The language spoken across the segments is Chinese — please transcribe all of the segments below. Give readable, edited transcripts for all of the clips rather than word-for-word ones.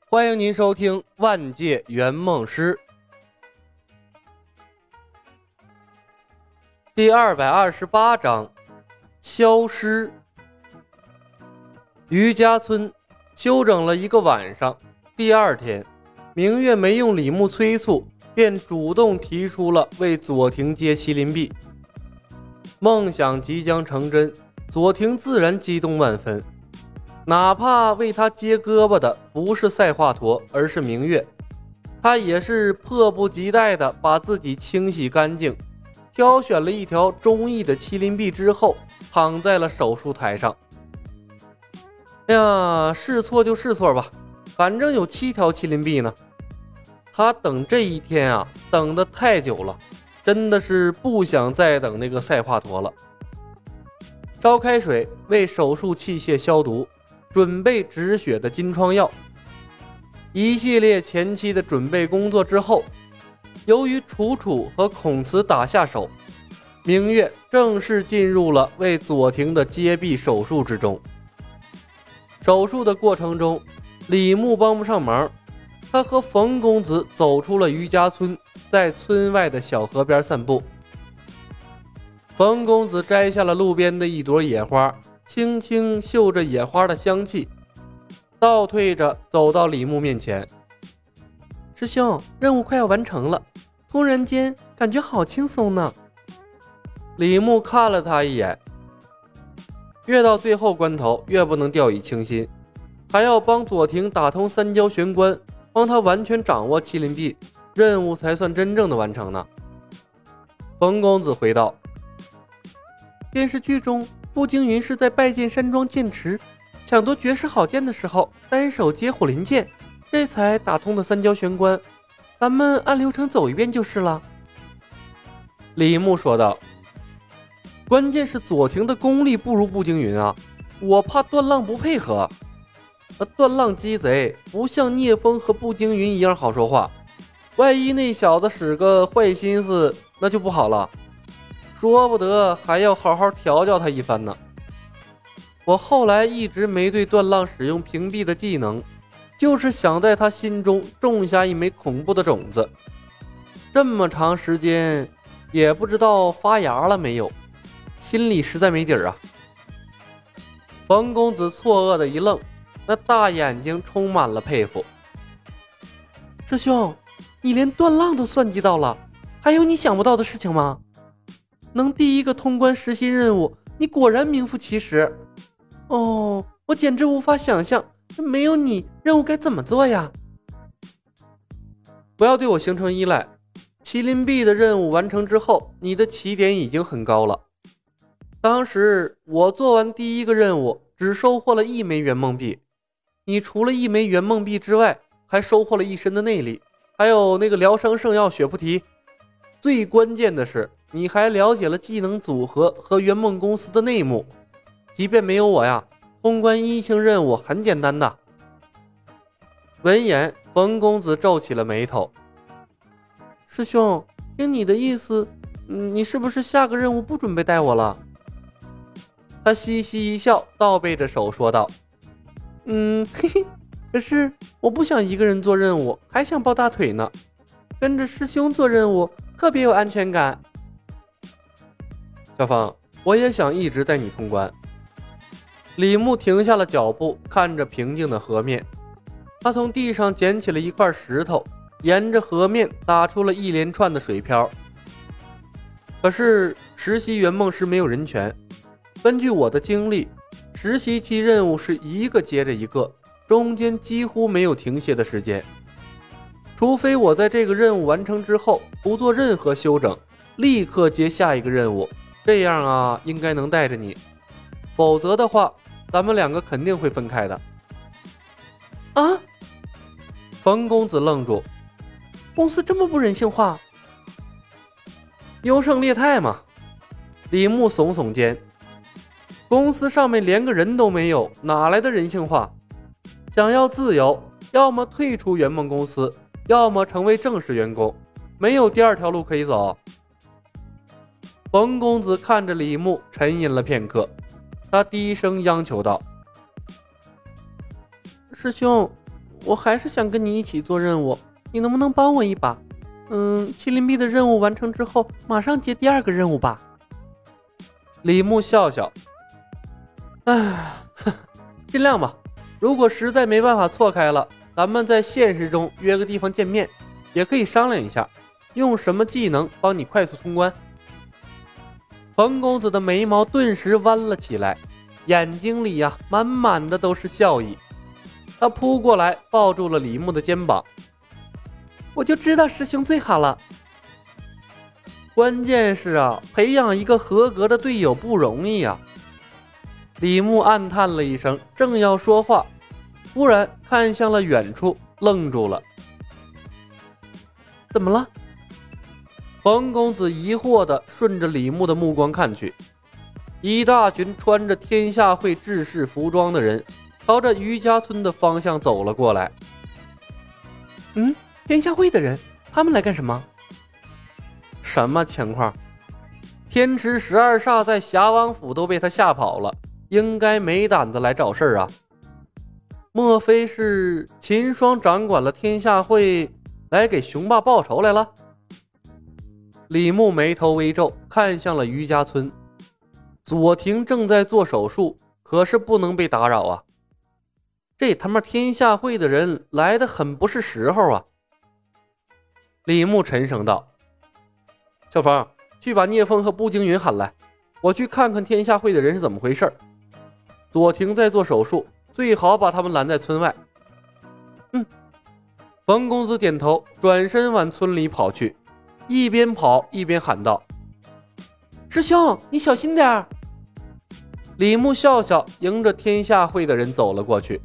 欢迎您收听《万界圆梦师》第228章消失。余家村休整了一个晚上，第二天，明月没用李牧催促，便主动提出了为左庭接麒麟臂。梦想即将成真，左庭自然激动万分。哪怕为他接胳膊的不是赛华佗，而是明月，他也是迫不及待地把自己清洗干净，挑选了一条中意的麒麟臂之后，躺在了手术台上。哎呀，试错就试错吧，反正有7条麒麟臂呢。他等这一天啊，等得太久了，真的是不想再等那个赛华佗了。烧开水为手术器械消毒，准备止血的金疮药，一系列前期的准备工作之后，由于楚楚和孔慈打下手，明月正式进入了为左庭的接臂手术之中。手术的过程中，李牧帮不上忙，他和冯公子走出了余家村，在村外的小河边散步。冯公子摘下了路边的一朵野花，轻轻嗅着野花的香气，倒退着走到李牧面前。师兄，任务快要完成了，突然间感觉好轻松呢。李牧看了他一眼，越到最后关头越不能掉以轻心，还要帮左庭打通三焦玄关，帮他完全掌握麒麟臂，任务才算真正的完成呢。冯公子回道，电视剧中步惊云是在拜见山庄剑池抢夺绝世好剑的时候单手接火麟剑，这才打通的三焦玄关，咱们按流程走一遍就是了。李牧说道，关键是左庭的功力不如步惊云啊，我怕段浪不配合。段浪鸡贼，不像聂风和步惊云一样好说话，万一那小子使个坏心思那就不好了，说不得还要好好调教他一番呢。我后来一直没对段浪使用屏蔽的技能，就是想在他心中种下一枚恐怖的种子。这么长时间也不知道发芽了没有，心里实在没底儿啊。冯公子错愕的一愣，那大眼睛充满了佩服。师兄，你连段浪都算计到了，还有你想不到的事情吗？能第一个通关实习任务，你果然名副其实。哦，我简直无法想象，没有你任务该怎么做呀？不要对我形成依赖，麒麟臂的任务完成之后，你的起点已经很高了。当时我做完第一个任务，只收获了1枚圆梦币，你除了1枚圆梦币之外，还收获了1身的内力，还有那个疗伤圣药血菩提。最关键的是，你还了解了技能组合和圆梦公司的内幕，即便没有我呀，通关1星任务很简单的。闻言，冯公子皱起了眉头。师兄，听你的意思，你是不是下个任务不准备带我了？他嘻嘻一笑，倒背着手说道，嘿嘿，可是我不想一个人做任务，还想抱大腿呢，跟着师兄做任务特别有安全感。小芳，我也想一直带你通关。李牧停下了脚步，看着平静的河面，他从地上捡起了一块石头，沿着河面打出了一连串的水漂。可是实习圆梦师没有人权，根据我的经历，实习期任务是一个接着一个，中间几乎没有停歇的时间，除非我在这个任务完成之后不做任何休整，立刻接下一个任务，这样啊应该能带着你，否则的话咱们2个肯定会分开的。啊！冯公子愣住，公司这么不人性化？优胜劣汰嘛。李牧耸耸肩，公司上面连个人都没有，哪来的人性化？想要自由，要么退出圆梦公司，要么成为正式员工，没有第2条路可以走。冯公子看着李牧，沉吟了片刻，他低声央求道，师兄， 我还是想跟你一起做任务，你能不能帮我一把？麒麟臂的任务完成之后，马上接第2个任务吧。李牧笑笑，尽量吧。如果实在没办法错开了，咱们在现实中约个地方见面，也可以商量一下，用什么技能帮你快速通关。冯公子的眉毛顿时弯了起来，眼睛里满满的都是笑意。他扑过来抱住了李牧的肩膀，我就知道师兄最好了。关键是培养一个合格的队友不容易啊。李牧暗叹了一声，正要说话，忽然看向了远处，愣住了。怎么了？冯公子疑惑地顺着李牧的目光看去，一大群穿着天下会制式服装的人朝着余家村的方向走了过来。天下会的人，他们来干什么？什么情况？天池12煞在侠王府都被他吓跑了，应该没胆子来找事啊。莫非是秦霜掌管了天下会，来给雄霸报仇来了？李牧眉头微皱，看向了余家村。左庭正在做手术，可是不能被打扰啊。这他妈天下会的人来得很不是时候啊。李牧沉声道，小冯，去把聂风和步惊云喊来，我去看看天下会的人是怎么回事。左庭在做手术，最好把他们拦在村外。冯公子点头，转身往村里跑去，一边跑一边喊道，师兄你小心点。李牧笑笑，迎着天下会的人走了过去。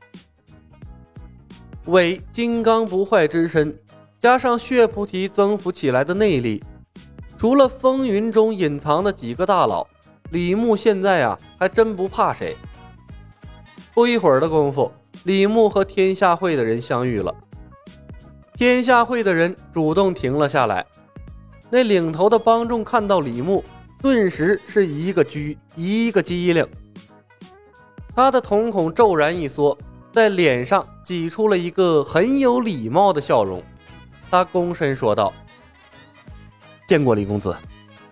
为金刚不坏之身，加上血菩提增幅起来的内力，除了风云中隐藏的几个大佬，李牧现在还真不怕谁。不一会儿的功夫，李牧和天下会的人相遇了。天下会的人主动停了下来，那领头的帮众看到李牧，顿时是一个拘一个机灵。他的瞳孔骤然一缩，在脸上挤出了一个很有礼貌的笑容。他躬身说道，见过李公子。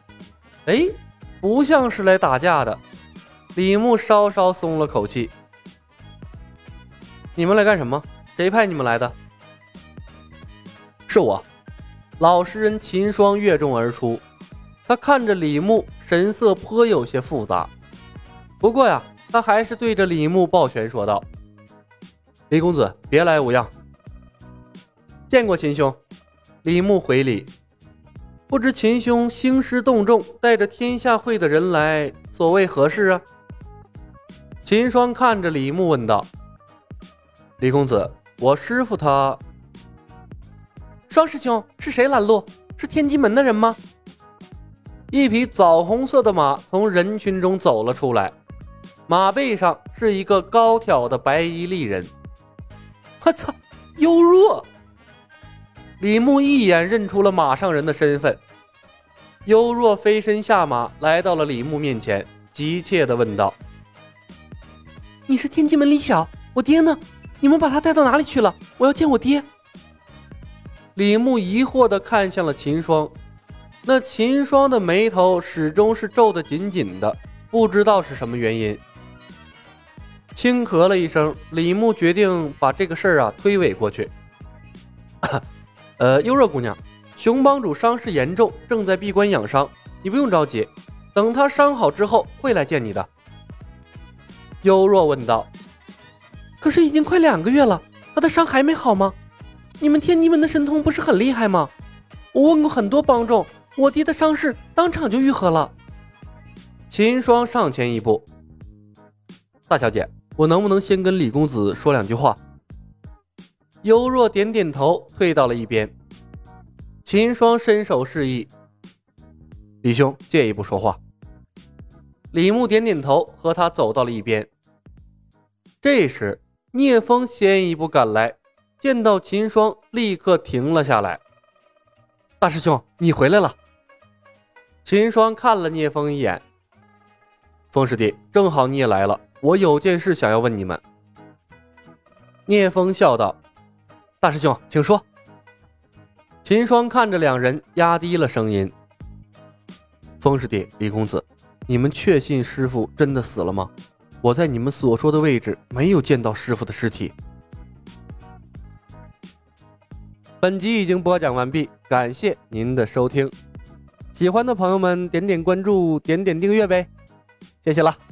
不像是来打架的。李牧稍稍松了口气。你们来干什么？谁派你们来的？是我。老实人秦霜跃众而出，他看着李牧，神色颇有些复杂。不过他还是对着李牧抱拳说道，李公子别来无恙。见过秦兄。李牧回礼。不知秦兄兴师动众，带着天下会的人来，所谓何事啊？秦霜看着李牧问道。李公子，我师父他……双师兄，是谁拦路？是天机门的人吗？一匹枣红色的马从人群中走了出来，马背上是一个高挑的白衣丽人。我操，幽若！李牧一眼认出了马上人的身份。幽若飞身下马，来到了李牧面前，急切地问道，你是天机门李晓，我爹呢？你们把他带到哪里去了？我要见我爹。李牧疑惑地看向了秦霜，那秦霜的眉头始终是皱得紧紧的，不知道是什么原因。轻咳了一声，李牧决定把这个事儿推诿过去。幽若姑娘，熊帮主伤势严重，正在闭关养伤，你不用着急，等他伤好之后会来见你的。幽若问道。可是已经快2个月了，他的伤还没好吗？你们天机门的神通不是很厉害吗？我问过很多帮众，我爹的伤势当场就愈合了。秦霜上前一步，大小姐，我能不能先跟李公子说2句话？幽若点点头，退到了一边。秦霜伸手示意，李兄借一步说话。李牧点点头，和他走到了一边。这时聂风先一步赶来，见到秦霜立刻停了下来。大师兄，你回来了。秦霜看了聂风一眼，风师弟，正好你也来了，我有件事想要问你们。 聂风笑道：“大师兄，请说。”秦霜看着两人，压低了声音：“风师弟，李公子，你们确信师傅真的死了吗？我在你们所说的位置没有见到师傅的尸体。”本集已经播讲完毕，感谢您的收听。喜欢的朋友们点点关注，点点订阅呗，谢谢了。